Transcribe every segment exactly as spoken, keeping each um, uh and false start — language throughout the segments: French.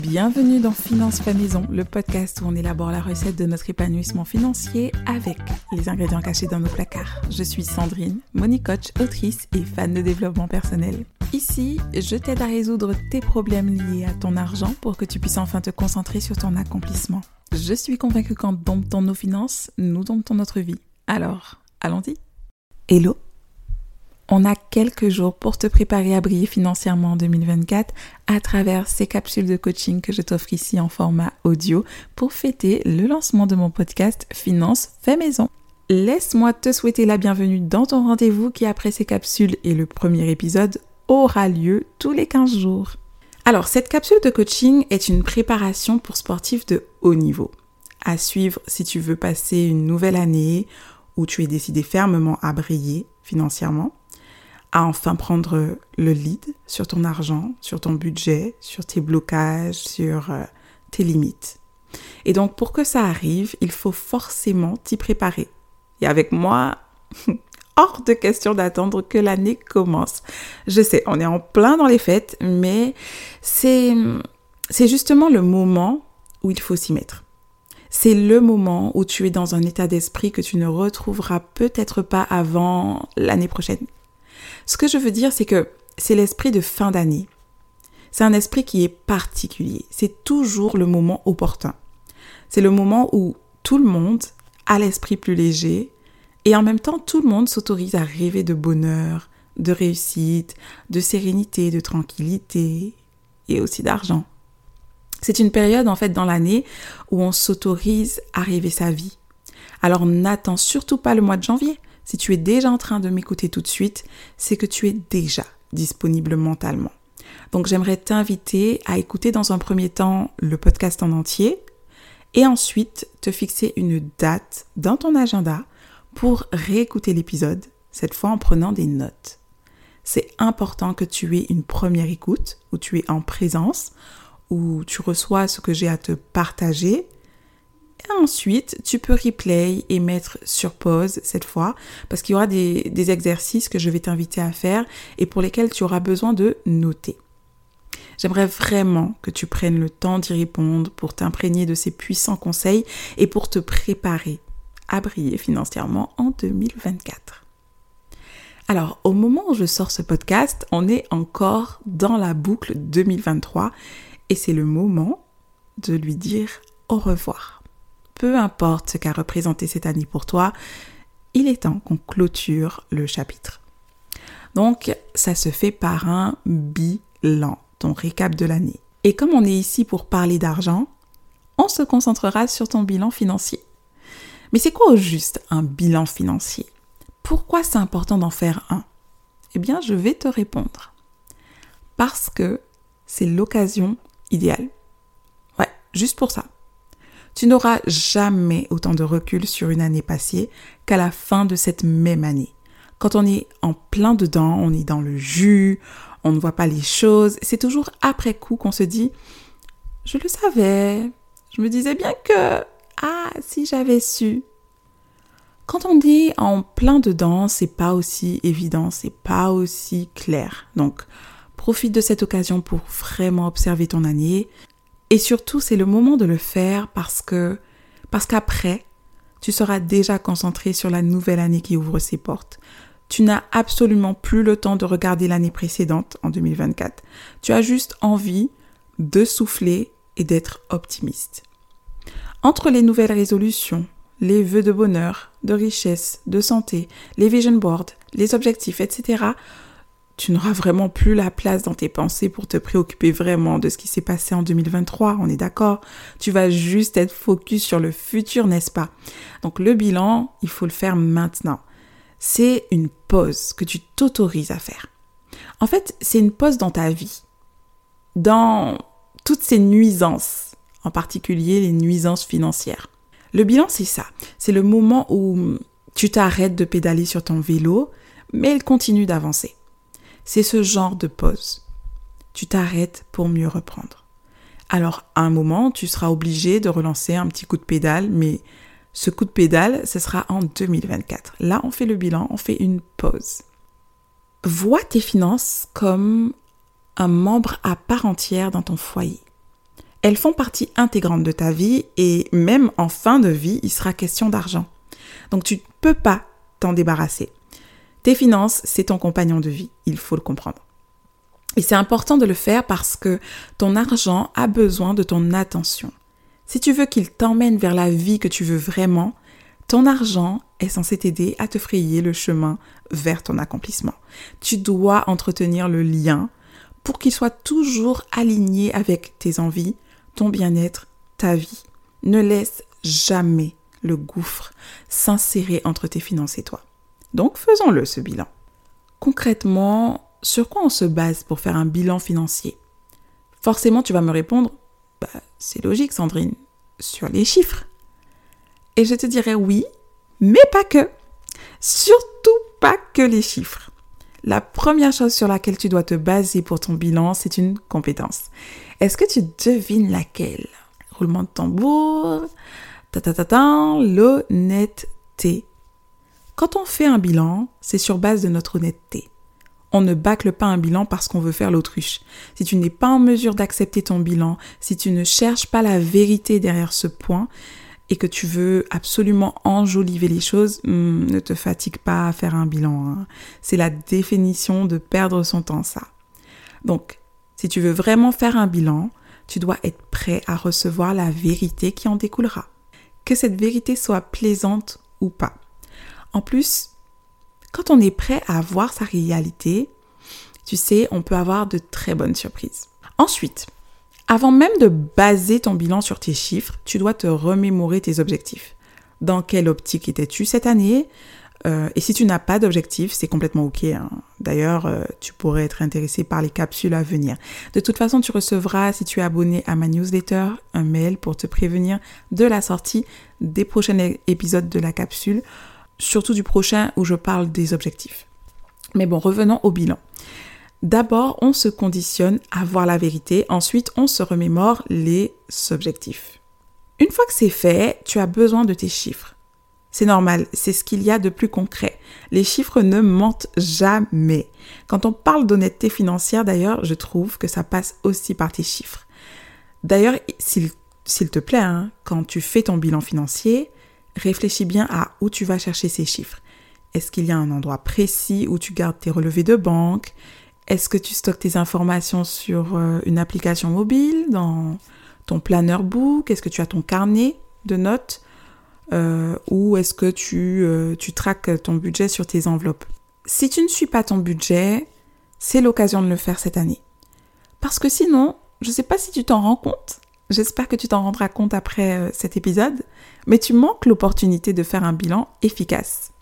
Bienvenue dans Finance Fait Maison, le podcast où on élabore la recette de notre épanouissement financier avec les ingrédients cachés dans nos placards. Je suis Sandrine, money coach, autrice et fan de développement personnel. Ici, je t'aide à résoudre tes problèmes liés à ton argent pour que tu puisses enfin te concentrer sur ton accomplissement. Je suis convaincue qu'en domptant nos finances, nous domptons notre vie. Alors, allons-y. Hello! On a quelques jours pour te préparer à briller financièrement en deux mille vingt-quatre à travers ces capsules de coaching que je t'offre ici en format audio pour fêter le lancement de mon podcast Finance Fait Maison. Laisse-moi te souhaiter la bienvenue dans ton rendez-vous qui, après ces capsules et le premier épisode, aura lieu tous les quinze jours. Alors, cette capsule de coaching est une préparation pour sportifs de haut niveau. À suivre si tu veux passer une nouvelle année où tu es décidé fermement à briller financièrement, à enfin prendre le lead sur ton argent, sur ton budget, sur tes blocages, sur euh, tes limites. Et donc, pour que ça arrive, il faut forcément t'y préparer. Et avec moi, hors de question d'attendre que l'année commence. Je sais, on est en plein dans les fêtes, mais c'est, c'est justement le moment où il faut s'y mettre. C'est le moment où tu es dans un état d'esprit que tu ne retrouveras peut-être pas avant l'année prochaine. Ce que je veux dire, c'est que c'est l'esprit de fin d'année. C'est un esprit qui est particulier. C'est toujours le moment opportun. C'est le moment où tout le monde a l'esprit plus léger et en même temps, tout le monde s'autorise à rêver de bonheur, de réussite, de sérénité, de tranquillité et aussi d'argent. C'est une période en fait dans l'année où on s'autorise à rêver sa vie. Alors n'attends surtout pas le mois de janvier. Si tu es déjà en train de m'écouter tout de suite, c'est que tu es déjà disponible mentalement. Donc j'aimerais t'inviter à écouter dans un premier temps le podcast en entier et ensuite te fixer une date dans ton agenda pour réécouter l'épisode, cette fois en prenant des notes. C'est important que tu aies une première écoute où tu es en présence, où tu reçois ce que j'ai à te partager. Et ensuite, tu peux replay et mettre sur pause cette fois parce qu'il y aura des, des exercices que je vais t'inviter à faire et pour lesquels tu auras besoin de noter. J'aimerais vraiment que tu prennes le temps d'y répondre pour t'imprégner de ces puissants conseils et pour te préparer à briller financièrement en deux mille vingt-quatre. Alors, au moment où je sors ce podcast, on est encore dans la boucle deux mille vingt-trois et c'est le moment de lui dire au revoir. Peu importe ce qu'a représenté cette année pour toi, il est temps qu'on clôture le chapitre. Donc, ça se fait par un bilan, ton récap de l'année. Et comme on est ici pour parler d'argent, on se concentrera sur ton bilan financier. Mais c'est quoi au juste un bilan financier? Pourquoi c'est important d'en faire un? Eh bien, je vais te répondre. Parce que c'est l'occasion idéale. Ouais, juste pour ça. Tu n'auras jamais autant de recul sur une année passée qu'à la fin de cette même année. Quand on est en plein dedans, on est dans le jus, on ne voit pas les choses. C'est toujours après coup qu'on se dit « Je le savais, je me disais bien que... Ah, si j'avais su ». Quand on est en plein dedans, c'est pas aussi évident, c'est pas aussi clair. Donc, profite de cette occasion pour vraiment observer ton année. Et surtout, c'est le moment de le faire parce que, parce qu'après, tu seras déjà concentré sur la nouvelle année qui ouvre ses portes. Tu n'as absolument plus le temps de regarder l'année précédente, en deux mille vingt-quatre. Tu as juste envie de souffler et d'être optimiste. Entre les nouvelles résolutions, les vœux de bonheur, de richesse, de santé, les vision boards, les objectifs, et cetera, tu n'auras vraiment plus la place dans tes pensées pour te préoccuper vraiment de ce qui s'est passé en deux mille vingt-trois, on est d'accord? Tu vas juste être focus sur le futur, n'est-ce pas? Donc le bilan, il faut le faire maintenant. C'est une pause que tu t'autorises à faire. En fait, c'est une pause dans ta vie, dans toutes ces nuisances, en particulier les nuisances financières. Le bilan, c'est ça. C'est le moment où tu t'arrêtes de pédaler sur ton vélo, mais il continue d'avancer. C'est ce genre de pause. Tu t'arrêtes pour mieux reprendre. Alors, à un moment, tu seras obligé de relancer un petit coup de pédale, mais ce coup de pédale, ce sera en deux mille vingt-quatre. Là, on fait le bilan, on fait une pause. Vois tes finances comme un membre à part entière dans ton foyer. Elles font partie intégrante de ta vie et même en fin de vie, il sera question d'argent. Donc tu ne peux pas t'en débarrasser. Tes finances, c'est ton compagnon de vie, il faut le comprendre. Et c'est important de le faire parce que ton argent a besoin de ton attention. Si tu veux qu'il t'emmène vers la vie que tu veux vraiment, ton argent est censé t'aider à te frayer le chemin vers ton accomplissement. Tu dois entretenir le lien pour qu'il soit toujours aligné avec tes envies, ton bien-être, ta vie. Ne laisse jamais le gouffre s'insérer entre tes finances et toi. Donc faisons-le ce bilan. Concrètement, sur quoi on se base pour faire un bilan financier ? Forcément, tu vas me répondre, bah, c'est logique Sandrine, sur les chiffres. Et je te dirais oui, mais pas que. Surtout pas que les chiffres. La première chose sur laquelle tu dois te baser pour ton bilan, c'est une compétence. Est-ce que tu devines laquelle ? Roulement de tambour, ta ta ta ta, l'honnêteté. Quand on fait un bilan, c'est sur base de notre honnêteté. On ne bâcle pas un bilan parce qu'on veut faire l'autruche. Si tu n'es pas en mesure d'accepter ton bilan, si tu ne cherches pas la vérité derrière ce point et que tu veux absolument enjoliver les choses, hum, ne te fatigue pas à faire un bilan. Hein. C'est la définition de perdre son temps, ça. Donc, si tu veux vraiment faire un bilan, tu dois être prêt à recevoir la vérité qui en découlera. Que cette vérité soit plaisante ou pas. En plus, quand on est prêt à voir sa réalité, tu sais, on peut avoir de très bonnes surprises. Ensuite, avant même de baser ton bilan sur tes chiffres, tu dois te remémorer tes objectifs. Dans quelle optique étais-tu cette année ? euh, Et si tu n'as pas d'objectif, c'est complètement OK. Hein. D'ailleurs, euh, tu pourrais être intéressé par les capsules à venir. De toute façon, tu recevras, si tu es abonné à ma newsletter, un mail pour te prévenir de la sortie des prochains épisodes de la capsule, surtout du prochain où je parle des objectifs. Mais bon, revenons au bilan. D'abord, on se conditionne à voir la vérité. Ensuite, on se remémore les objectifs. Une fois que c'est fait, tu as besoin de tes chiffres. C'est normal, c'est ce qu'il y a de plus concret. Les chiffres ne mentent jamais. Quand on parle d'honnêteté financière, d'ailleurs, je trouve que ça passe aussi par tes chiffres. D'ailleurs, s'il, s'il te plaît, hein, quand tu fais ton bilan financier, réfléchis bien à où tu vas chercher ces chiffres. Est-ce qu'il y a un endroit précis où tu gardes tes relevés de banque ? Est-ce que tu stockes tes informations sur euh, une application mobile, dans ton planner book ? Est-ce que tu as ton carnet de notes ? euh, Ou est-ce que tu, euh, tu traques ton budget sur tes enveloppes ? Si tu ne suis pas ton budget, c'est l'occasion de le faire cette année. Parce que sinon, je ne sais pas si tu t'en rends compte, j'espère que tu t'en rendras compte après euh, cet épisode, mais tu manques l'opportunité de faire un bilan efficace.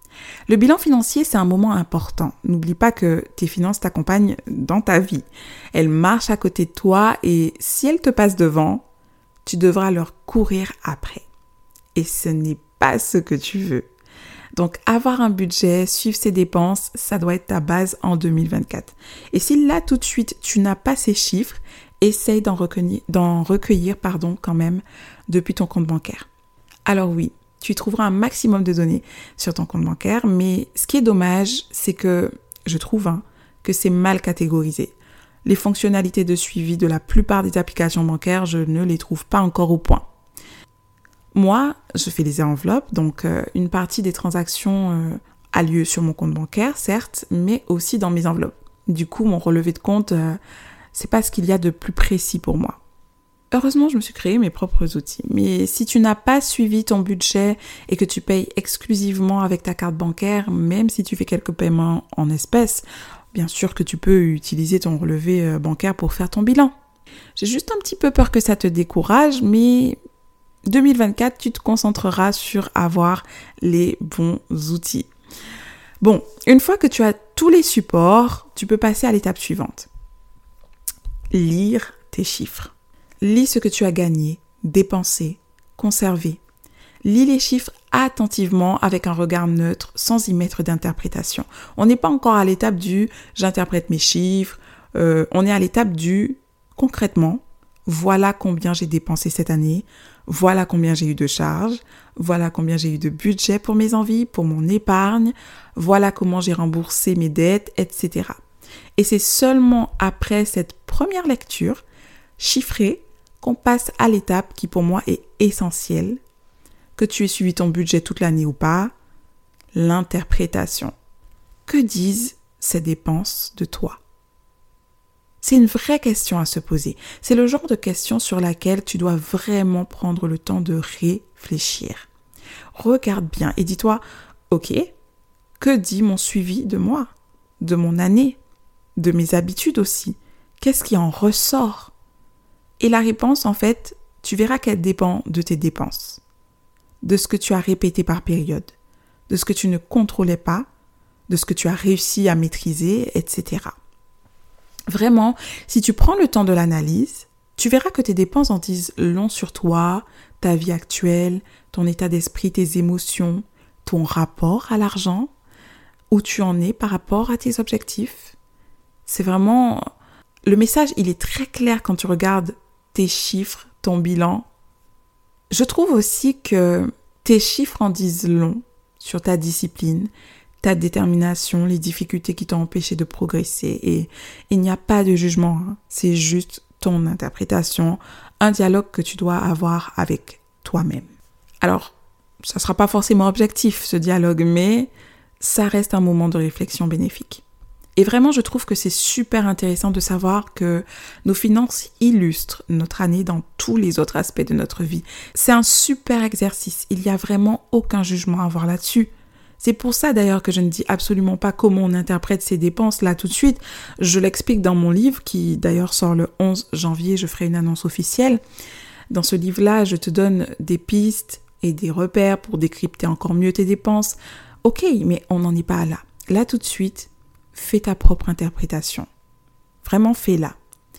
Le bilan financier, c'est un moment important. N'oublie pas que tes finances t'accompagnent dans ta vie. Elles marchent à côté de toi et si elles te passent devant, tu devras leur courir après. Et ce n'est pas ce que tu veux. Donc, avoir un budget, suivre ses dépenses, ça doit être ta base en deux mille vingt-quatre. Et si là, tout de suite, tu n'as pas ces chiffres, essaye d'en recueillir, d'en recueillir pardon, quand même depuis ton compte bancaire. Alors oui, tu trouveras un maximum de données sur ton compte bancaire, mais ce qui est dommage, c'est que, je trouve, hein, que c'est mal catégorisé. Les fonctionnalités de suivi de la plupart des applications bancaires, je ne les trouve pas encore au point. Moi, je fais les enveloppes, donc euh, une partie des transactions euh, a lieu sur mon compte bancaire, certes, mais aussi dans mes enveloppes. Du coup, mon relevé de compte, euh, c'est pas ce qu'il y a de plus précis pour moi. Heureusement, je me suis créé mes propres outils. Mais si tu n'as pas suivi ton budget et que tu payes exclusivement avec ta carte bancaire, même si tu fais quelques paiements en espèces, bien sûr que tu peux utiliser ton relevé bancaire pour faire ton bilan. J'ai juste un petit peu peur que ça te décourage, mais deux mille vingt-quatre, tu te concentreras sur avoir les bons outils. Bon, une fois que tu as tous les supports, tu peux passer à l'étape suivante. Lire tes chiffres. Lis ce que tu as gagné, dépensé, conservé. Lis les chiffres attentivement avec un regard neutre, sans y mettre d'interprétation. On n'est pas encore à l'étape du « j'interprète mes chiffres euh, », on est à l'étape du « concrètement, voilà combien j'ai dépensé cette année, voilà combien j'ai eu de charges, voilà combien j'ai eu de budget pour mes envies, pour mon épargne, voilà comment j'ai remboursé mes dettes, et cetera » Et c'est seulement après cette première lecture chiffrée qu'on passe à l'étape qui pour moi est essentielle, que tu aies suivi ton budget toute l'année ou pas, l'interprétation. Que disent ces dépenses de toi? C'est une vraie question à se poser. C'est le genre de question sur laquelle tu dois vraiment prendre le temps de réfléchir. Regarde bien et dis-toi, ok, que dit mon suivi de moi, de mon année, de mes habitudes aussi? Qu'est-ce qui en ressort? Et la réponse, en fait, tu verras qu'elle dépend de tes dépenses, de ce que tu as répété par période, de ce que tu ne contrôlais pas, de ce que tu as réussi à maîtriser, et cetera. Vraiment, si tu prends le temps de l'analyse, tu verras que tes dépenses en disent long sur toi, ta vie actuelle, ton état d'esprit, tes émotions, ton rapport à l'argent, où tu en es par rapport à tes objectifs. C'est vraiment... Le message, il est très clair quand tu regardes tes chiffres, ton bilan. Je trouve aussi que tes chiffres en disent long sur ta discipline, ta détermination, les difficultés qui t'ont empêché de progresser. Et il n'y a pas de jugement, hein. C'est juste ton interprétation, un dialogue que tu dois avoir avec toi-même. Alors, ça ne sera pas forcément objectif, ce dialogue, mais ça reste un moment de réflexion bénéfique. Et vraiment, je trouve que c'est super intéressant de savoir que nos finances illustrent notre année dans tous les autres aspects de notre vie. C'est un super exercice. Il n'y a vraiment aucun jugement à avoir là-dessus. C'est pour ça d'ailleurs que je ne dis absolument pas comment on interprète ces dépenses là tout de suite. Je l'explique dans mon livre qui d'ailleurs sort le onze janvier, je ferai une annonce officielle. Dans ce livre-là, je te donne des pistes et des repères pour décrypter encore mieux tes dépenses. Ok, mais on n'en est pas là. Là tout de suite, fais ta propre interprétation. Vraiment fais-la.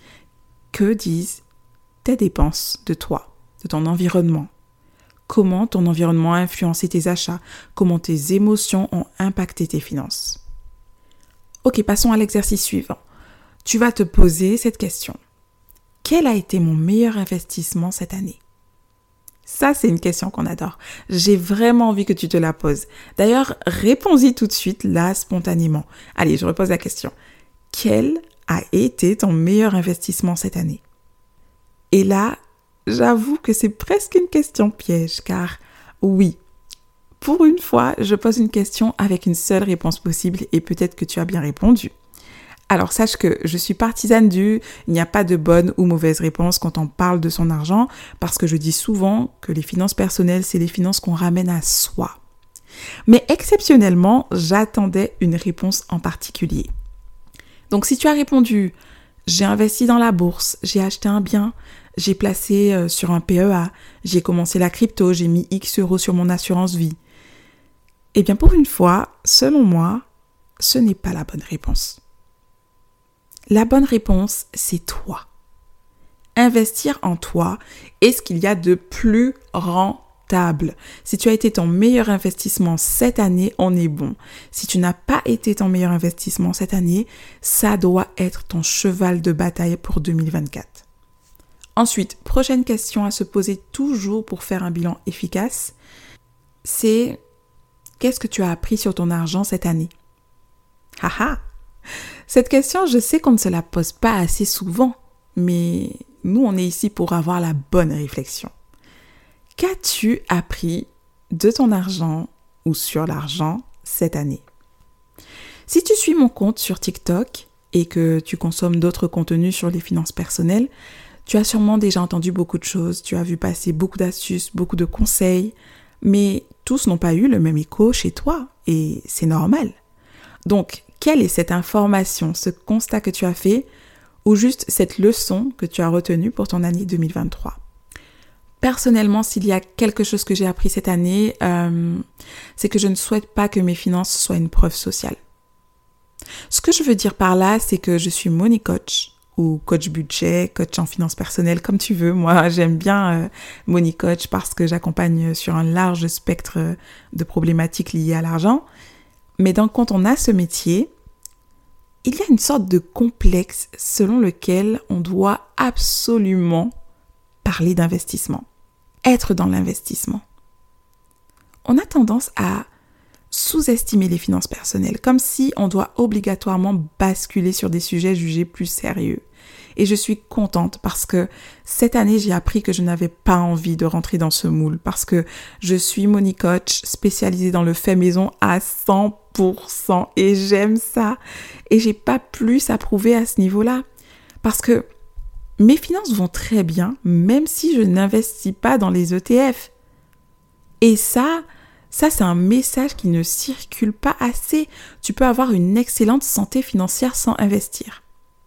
Que disent tes dépenses de toi, de ton environnement? Comment ton environnement a influencé tes achats? Comment tes émotions ont impacté tes finances? Ok, passons à l'exercice suivant. Tu vas te poser cette question. Quel a été mon meilleur investissement cette année? Ça, c'est une question qu'on adore. J'ai vraiment envie que tu te la poses. D'ailleurs, réponds-y tout de suite, là, spontanément. Allez, je repose la question. Quel a été ton meilleur investissement cette année? Et là, j'avoue que c'est presque une question piège, car oui, pour une fois, je pose une question avec une seule réponse possible et peut-être que tu as bien répondu. Alors sache que je suis partisane du « il n'y a pas de bonne ou mauvaise réponse quand on parle de son argent » parce que je dis souvent que les finances personnelles, c'est les finances qu'on ramène à soi. Mais exceptionnellement, j'attendais une réponse en particulier. Donc si tu as répondu « j'ai investi dans la bourse, j'ai acheté un bien », j'ai placé euh, sur un P E A, j'ai commencé la crypto, j'ai mis X euros sur mon assurance vie. Eh bien, pour une fois, selon moi, ce n'est pas la bonne réponse. La bonne réponse, c'est toi. Investir en toi est ce qu'il y a de plus rentable. Si tu as été ton meilleur investissement cette année, on est bon. Si tu n'as pas été ton meilleur investissement cette année, ça doit être ton cheval de bataille pour deux mille vingt-quatre. Ensuite, prochaine question à se poser toujours pour faire un bilan efficace, c'est qu'est-ce que tu as appris sur ton argent cette année? Haha! Cette question, je sais qu'on ne se la pose pas assez souvent, mais nous, on est ici pour avoir la bonne réflexion. Qu'as-tu appris de ton argent ou sur l'argent cette année? Si tu suis mon compte sur TikTok et que tu consommes d'autres contenus sur les finances personnelles, tu as sûrement déjà entendu beaucoup de choses, tu as vu passer beaucoup d'astuces, beaucoup de conseils, mais tous n'ont pas eu le même écho chez toi et c'est normal. Donc, quelle est cette information, ce constat que tu as fait ou juste cette leçon que tu as retenue pour ton année deux mille vingt-trois? Personnellement, s'il y a quelque chose que j'ai appris cette année, euh, c'est que je ne souhaite pas que mes finances soient une preuve sociale. Ce que je veux dire par là, c'est que je suis money coach ou coach budget, coach en finances personnelles, comme tu veux. Moi, j'aime bien euh, money coach parce que j'accompagne sur un large spectre de problématiques liées à l'argent. Mais donc, quand on a ce métier, il y a une sorte de complexe selon lequel on doit absolument parler d'investissement, être dans l'investissement. On a tendance à sous-estimer les finances personnelles, comme si on doit obligatoirement basculer sur des sujets jugés plus sérieux. Et je suis contente parce que cette année, j'ai appris que je n'avais pas envie de rentrer dans ce moule parce que je suis Moni Coach spécialisée dans le fait maison à cent pour cent et j'aime ça. Et j'ai pas plus à prouver à ce niveau-là parce que mes finances vont très bien même si je n'investis pas dans les E T F. Et ça, ça c'est un message qui ne circule pas assez. Tu peux avoir une excellente santé financière sans investir.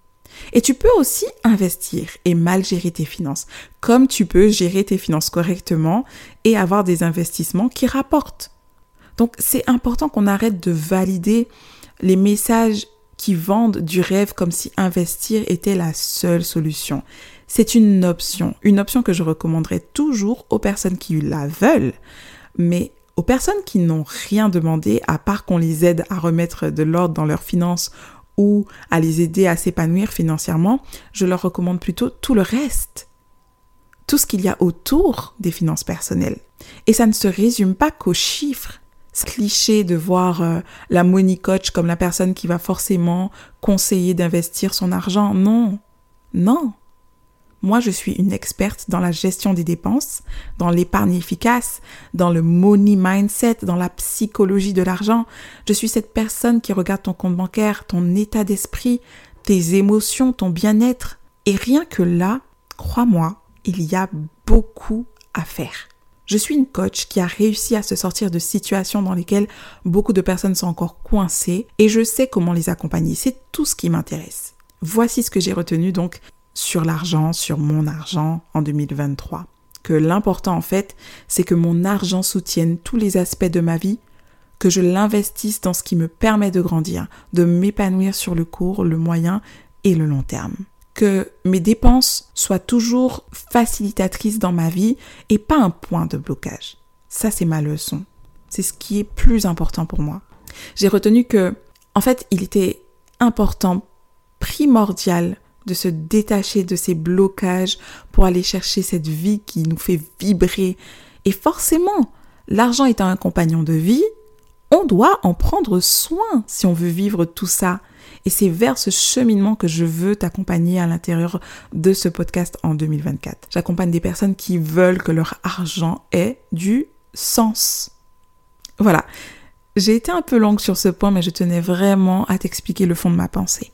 Et tu peux aussi investir et mal gérer tes finances, comme tu peux gérer tes finances correctement et avoir des investissements qui rapportent. Donc, c'est important qu'on arrête de valider les messages qui vendent du rêve comme si investir était la seule solution. C'est une option, une option que je recommanderais toujours aux personnes qui la veulent, mais aux personnes qui n'ont rien demandé à part qu'on les aide à remettre de l'ordre dans leurs finances ou à les aider à s'épanouir financièrement, je leur recommande plutôt tout le reste. Tout ce qu'il y a autour des finances personnelles. Et ça ne se résume pas qu'aux chiffres. C'est cliché de voir euh, la Moni Coach comme la personne qui va forcément conseiller d'investir son argent. Non, non. Moi, je suis une experte dans la gestion des dépenses, dans l'épargne efficace, dans le money mindset, dans la psychologie de l'argent. Je suis cette personne qui regarde ton compte bancaire, ton état d'esprit, tes émotions, ton bien-être. Et rien que là, crois-moi, il y a beaucoup à faire. Je suis une coach qui a réussi à se sortir de situations dans lesquelles beaucoup de personnes sont encore coincées et je sais comment les accompagner. C'est tout ce qui m'intéresse. Voici ce que j'ai retenu donc sur l'argent, sur mon argent en deux mille vingt-trois. Que l'important en fait, c'est que mon argent soutienne tous les aspects de ma vie, que je l'investisse dans ce qui me permet de grandir, de m'épanouir sur le court, le moyen et le long terme. Que mes dépenses soient toujours facilitatrices dans ma vie et pas un point de blocage. Ça, c'est ma leçon. C'est ce qui est plus important pour moi. J'ai retenu que, en fait, il était important, primordial, de se détacher de ces blocages pour aller chercher cette vie qui nous fait vibrer. Et forcément, l'argent étant un compagnon de vie, on doit en prendre soin si on veut vivre tout ça. Et c'est vers ce cheminement que je veux t'accompagner à l'intérieur de ce podcast en deux mille vingt-quatre. J'accompagne des personnes qui veulent que leur argent ait du sens. Voilà. J'ai été un peu longue sur ce point, mais je tenais vraiment à t'expliquer le fond de ma pensée.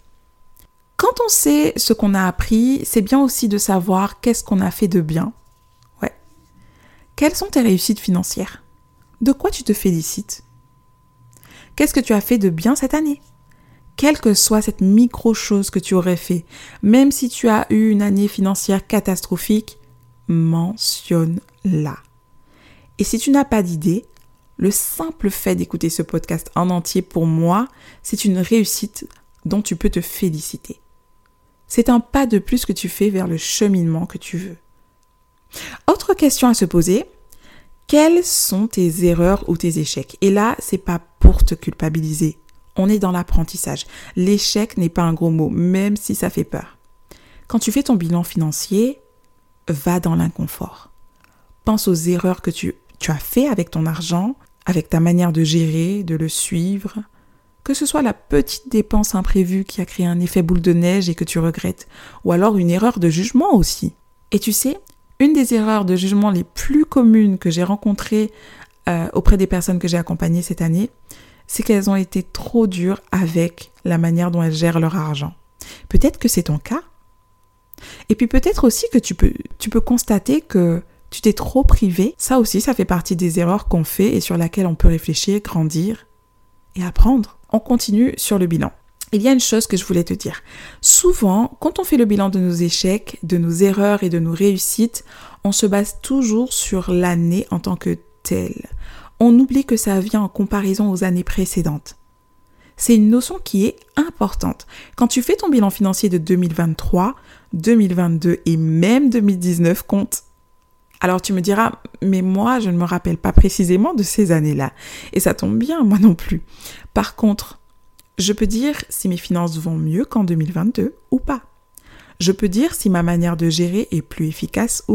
Quand on sait ce qu'on a appris, c'est bien aussi de savoir qu'est-ce qu'on a fait de bien. Ouais. Quelles sont tes réussites financières? De quoi tu te félicites? Qu'est-ce que tu as fait de bien cette année? Quelle que soit cette micro-chose que tu aurais fait, même si tu as eu une année financière catastrophique, mentionne-la. Et si tu n'as pas d'idée, le simple fait d'écouter ce podcast en entier, pour moi, c'est une réussite dont tu peux te féliciter. C'est un pas de plus que tu fais vers le cheminement que tu veux. Autre question à se poser, quelles sont tes erreurs ou tes échecs? Et là, c'est pas pour te culpabiliser. On est dans l'apprentissage. L'échec n'est pas un gros mot, même si ça fait peur. Quand tu fais ton bilan financier, va dans l'inconfort. Pense aux erreurs que tu, tu as fait avec ton argent, avec ta manière de gérer, de le suivre. Que ce soit la petite dépense imprévue qui a créé un effet boule de neige et que tu regrettes, ou alors une erreur de jugement aussi. Et tu sais, une des erreurs de jugement les plus communes que j'ai rencontrées euh, auprès des personnes que j'ai accompagnées cette année, c'est qu'elles ont été trop dures avec la manière dont elles gèrent leur argent. Peut-être que c'est ton cas. Et puis peut-être aussi que tu peux, tu peux constater que tu t'es trop privé. Ça aussi, ça fait partie des erreurs qu'on fait et sur laquelle on peut réfléchir, grandir et apprendre. On continue sur le bilan. Il y a une chose que je voulais te dire. Souvent, quand on fait le bilan de nos échecs, de nos erreurs et de nos réussites, on se base toujours sur l'année en tant que telle. On oublie que ça vient en comparaison aux années précédentes. C'est une notion qui est importante. Quand tu fais ton bilan financier de deux mille vingt-trois, deux mille vingt-deux et même deux mille dix-neuf compte. Alors tu me diras, mais moi je ne me rappelle pas précisément de ces années-là. Et ça tombe bien, moi non plus. Par contre, je peux dire si mes finances vont mieux qu'en deux mille vingt-deux ou pas. Je peux dire si ma manière de gérer est plus efficace ou non.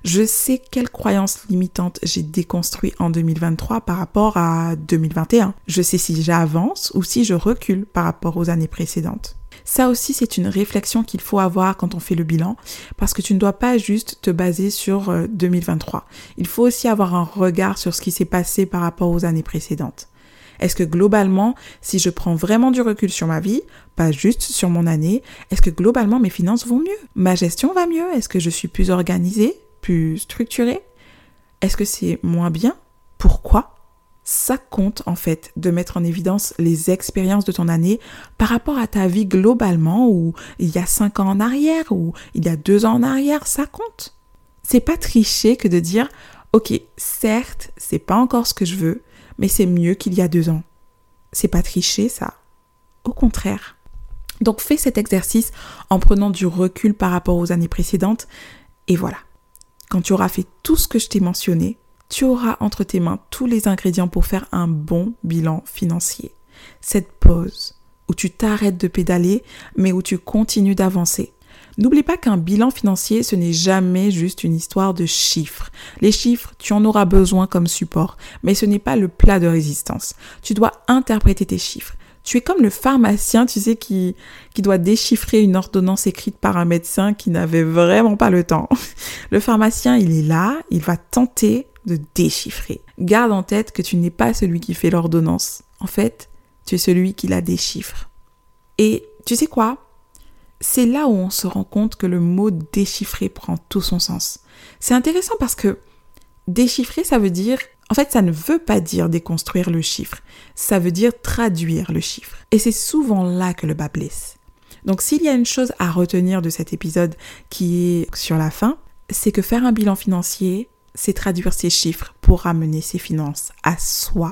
Je sais quelles croyances limitantes j'ai déconstruites en deux mille vingt-trois par rapport à deux mille vingt et un. Je sais si j'avance ou si je recule par rapport aux années précédentes. Ça aussi, c'est une réflexion qu'il faut avoir quand on fait le bilan, parce que tu ne dois pas juste te baser sur deux mille vingt-trois. Il faut aussi avoir un regard sur ce qui s'est passé par rapport aux années précédentes. Est-ce que globalement, si je prends vraiment du recul sur ma vie, pas juste sur mon année, est-ce que globalement mes finances vont mieux? Ma gestion va mieux? Est-ce que je suis plus organisée, plus structurée? Est-ce que c'est moins bien? Pourquoi? Ça compte en fait de mettre en évidence les expériences de ton année par rapport à ta vie globalement, ou il y a cinq ans en arrière, ou il y a deux ans en arrière, ça compte. C'est pas tricher que de dire « Ok, certes, c'est pas encore ce que je veux, mais c'est mieux qu'il y a deux ans. » C'est pas tricher ça. Au contraire. Donc fais cet exercice en prenant du recul par rapport aux années précédentes et voilà. Quand tu auras fait tout ce que je t'ai mentionné, tu auras entre tes mains tous les ingrédients pour faire un bon bilan financier. Cette pause où tu t'arrêtes de pédaler, mais où tu continues d'avancer. N'oublie pas qu'un bilan financier, ce n'est jamais juste une histoire de chiffres. Les chiffres, tu en auras besoin comme support, mais ce n'est pas le plat de résistance. Tu dois interpréter tes chiffres. Tu es comme le pharmacien, tu sais, qui, qui doit déchiffrer une ordonnance écrite par un médecin qui n'avait vraiment pas le temps. Le pharmacien, il est là, il va tenter de déchiffrer. Garde en tête que tu n'es pas celui qui fait l'ordonnance. En fait, tu es celui qui la déchiffre. Et tu sais quoi? C'est là où on se rend compte que le mot déchiffrer prend tout son sens. C'est intéressant parce que déchiffrer, ça veut dire... En fait, ça ne veut pas dire déconstruire le chiffre. Ça veut dire traduire le chiffre. Et c'est souvent là que le bas blesse. Donc, s'il y a une chose à retenir de cet épisode qui est sur la fin, c'est que faire un bilan financier, c'est traduire ses chiffres pour ramener ses finances à soi.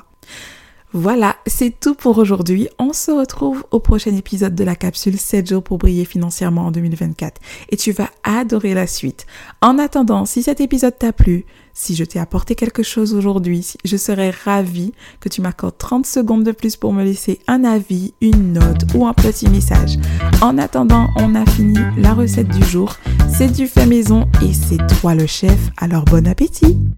Voilà, c'est tout pour aujourd'hui. On se retrouve au prochain épisode de la capsule sept jours pour briller financièrement en deux mille vingt-quatre. Et tu vas adorer la suite. En attendant, si cet épisode t'a plu, si je t'ai apporté quelque chose aujourd'hui, je serais ravie que tu m'accordes trente secondes de plus pour me laisser un avis, une note ou un petit message. En attendant, on a fini la recette du jour. C'est du fait maison et c'est toi le chef, alors bon appétit!